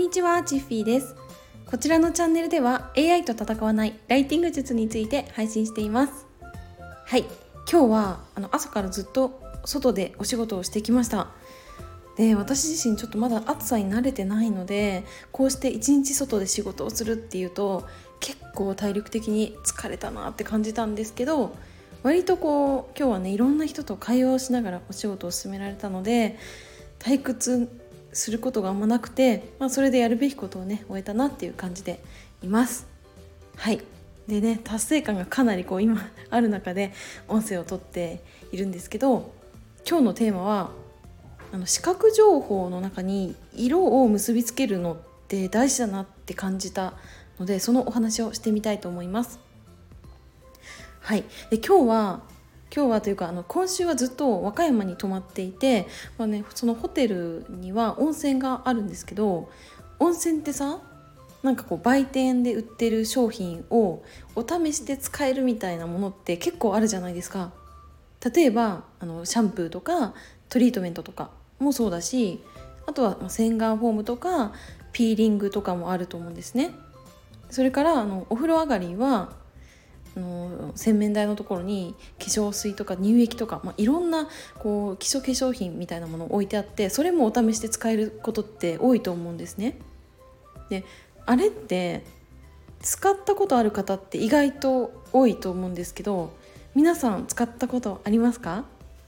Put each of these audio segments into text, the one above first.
にちは、チッフィーです。こちらのチャンネルでは AI と戦わないライティング術について配信しています。はい、今日は朝からずっと外でお仕事をしてきました。で、私自身ちょっとまだ暑さに慣れてないので、こうして一日外で仕事をするっていうと結構体力的に疲れたなって感じたんですけど、割と今日はね、いろんな人と会話をしながらお仕事を進められたので、退屈することがあんまなくて、それでやるべきことをね終えたなっていう感じでいます。はい。でね、達成感がかなり今ある中で音声を撮っているんですけど、今日のテーマは視覚情報の中に色を結びつけるのって大事だなって感じたので、そのお話をしてみたいと思います。はい。で、今日はというか今週はずっと和歌山に泊まっていて、そのホテルには温泉があるんですけど、温泉ってさ、売店で売ってる商品をお試しで使えるみたいなものって結構あるじゃないですか。例えばシャンプーとかトリートメントとかもそうだし、あとは洗顔フォームとかピーリングとかもあると思うんですね。それからお風呂上がりは洗面台のところに化粧水とか乳液とか、いろんな基礎化粧品みたいなものを置いてあって、それもお試しで使えることって多いと思うんですね。で、あれって使ったことある方って意外と多いと思うんですけど、皆さん使ったことありますか？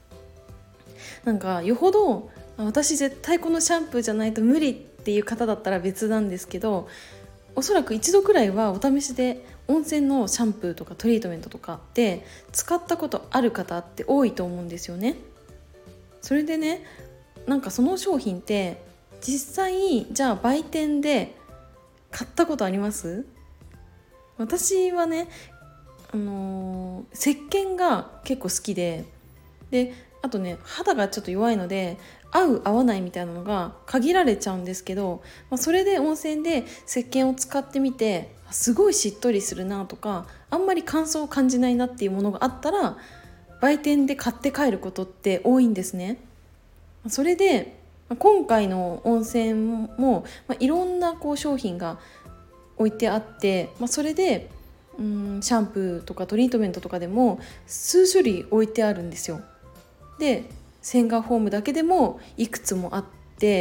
よほど私絶対このシャンプーじゃないと無理っていう方だったら別なんですけど、おそらく一度くらいはお試しで温泉のシャンプーとかトリートメントとかで使ったことある方って多いと思うんですよね。それでね、その商品って実際じゃあ売店で買ったことあります？私はね、石鹸が結構好きで、あとね、肌がちょっと弱いので合う合わないみたいなのが限られちゃうんですけど、それで温泉で石鹸を使ってみてすごいしっとりするなとか、あんまり乾燥を感じないなっていうものがあったら売店で買って帰ることって多いんですね。それで今回の温泉もいろんな商品が置いてあって、それでシャンプーとかトリートメントとかでも数種類置いてあるんですよ。で、洗顔フォームだけでもいくつもあって、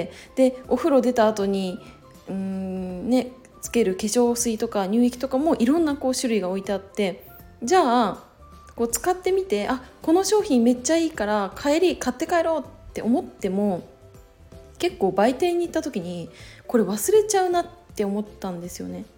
でお風呂出た後につける化粧水とか乳液とかもいろんな種類が置いてあって、じゃあ使ってみて、この商品めっちゃいいから帰り買って帰ろうって思っても、結構売店に行った時にこれ忘れちゃうなって思ったんですよね。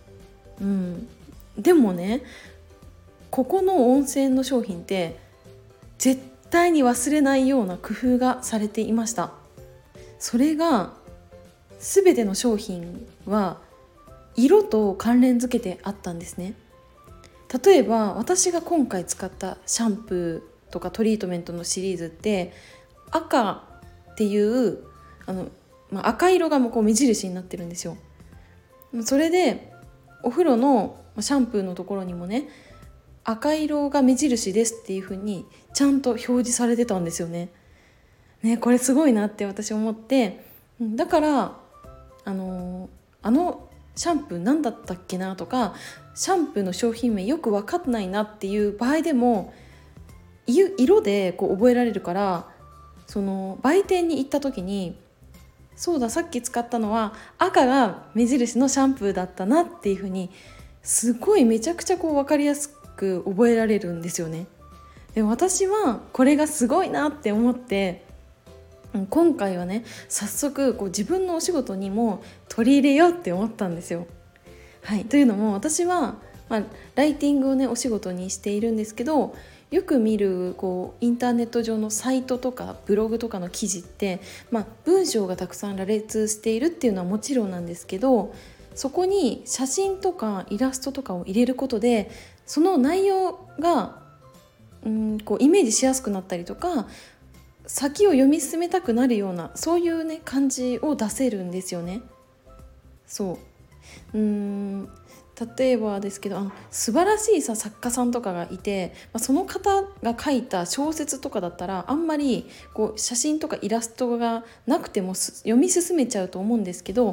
でもね、ここの温泉の商品って絶対に忘れないような工夫がされていました。それが、全ての商品は色と関連づけてあったんですね。例えば私が今回使ったシャンプーとかトリートメントのシリーズって赤っていう赤色が目印になってるんですよ。それでお風呂のシャンプーのところにもね、赤色が目印ですっていう風にちゃんと表示されてたんですよね。これすごいなって私思って、だからあのシャンプー何だったっけなとか、シャンプーの商品名よく分かんないなっていう場合でも色で覚えられるから、その売店に行った時に、そうだ、さっき使ったのは赤が目印のシャンプーだったなっていう風に、すごいめちゃくちゃ分かりやすく覚えられるんですよね。で、私はこれがすごいなって思って、今回はね、早速自分のお仕事にも取り入れようって思ったんですよ。はい。というのも私は、ライティングをねお仕事にしているんですけど、よく見るインターネット上のサイトとかブログとかの記事って、文章がたくさん羅列しているっていうのはもちろんなんですけど、そこに写真とかイラストとかを入れることで、その内容がイメージしやすくなったりとか、先を読み進めたくなるような、そういうね感じを出せるんですよね。例えばですけど、素晴らしい作家さんとかがいて、その方が書いた小説とかだったらあんまり写真とかイラストがなくても読み進めちゃうと思うんですけど、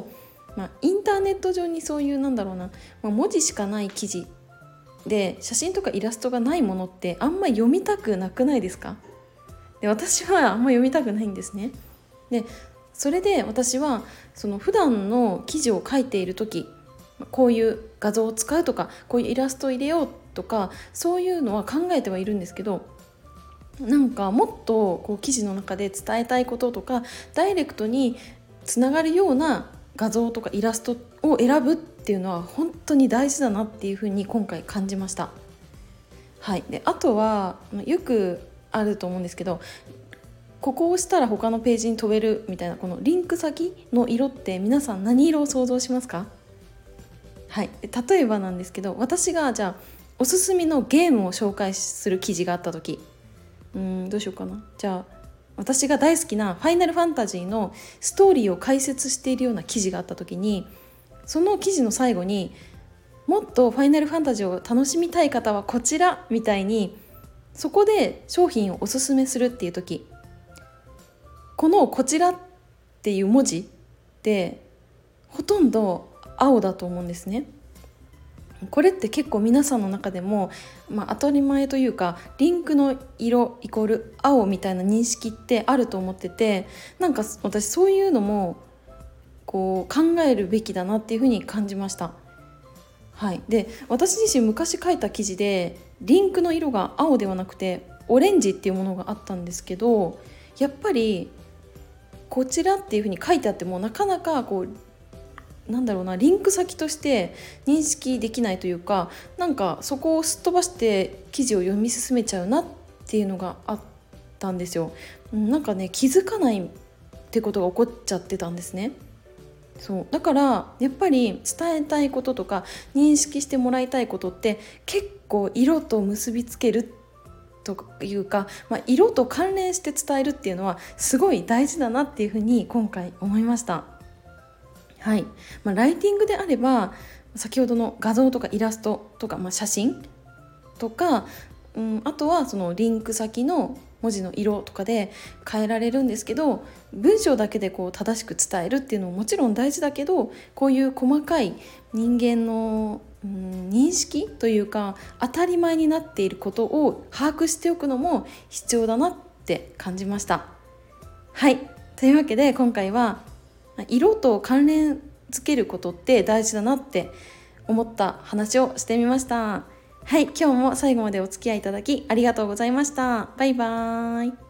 インターネット上にそういう文字しかない記事で写真とかイラストがないものってあんま読みたくなくないですか？で、私はあんま読みたくないんですね。で、それで私はその普段の記事を書いている時、こういう画像を使うとか、こういうイラストを入れようとか、そういうのは考えてはいるんですけど、もっと記事の中で伝えたいこととか、ダイレクトにつながるような画像とかイラストを選ぶっていうのは本当に大事だなっていうふうに今回感じました。はい、であとはよくあると思うんですけど、ここを押したら他のページに飛べるみたいな、このリンク先の色って皆さん何色を想像しますか？はい、例えばなんですけど、私がじゃあおすすめのゲームを紹介する記事があった時、どうしようかな。じゃあ私が大好きなファイナルファンタジーのストーリーを解説しているような記事があった時に、その記事の最後にもっとファイナルファンタジーを楽しみたい方はこちらみたいに、そこで商品をおすすめするっていう時、このこちらっていう文字ってほとんど青だと思うんですね。これって結構皆さんの中でも、当たり前というか、リンクの色イコール青みたいな認識ってあると思ってて、私そういうのも考えるべきだなっていうふうに感じました。はい、で私自身昔書いた記事でリンクの色が青ではなくてオレンジっていうものがあったんですけど、やっぱりこちらっていうふうに書いてあってもなかなかリンク先として認識できないというか、そこをすっ飛ばして記事を読み進めちゃうなっていうのがあったんですよ。気づかないってことが起こっちゃってたんですね。そうだからやっぱり伝えたいこととか認識してもらいたいことって結構色と結びつけるというか、色と関連して伝えるっていうのはすごい大事だなっていうふうに今回思いました。はい、ライティングであれば先ほどの画像とかイラストとか、写真とか、あとはそのリンク先の文字の色とかで変えられるんですけど、文章だけで正しく伝えるっていうのももちろん大事だけど、こういう細かい人間の認識というか当たり前になっていることを把握しておくのも必要だなって感じました。はい、というわけで今回は色と関連づけることって大事だなって思った話をしてみました。はい、今日も最後までお付き合いいただきありがとうございました。バイバーイ。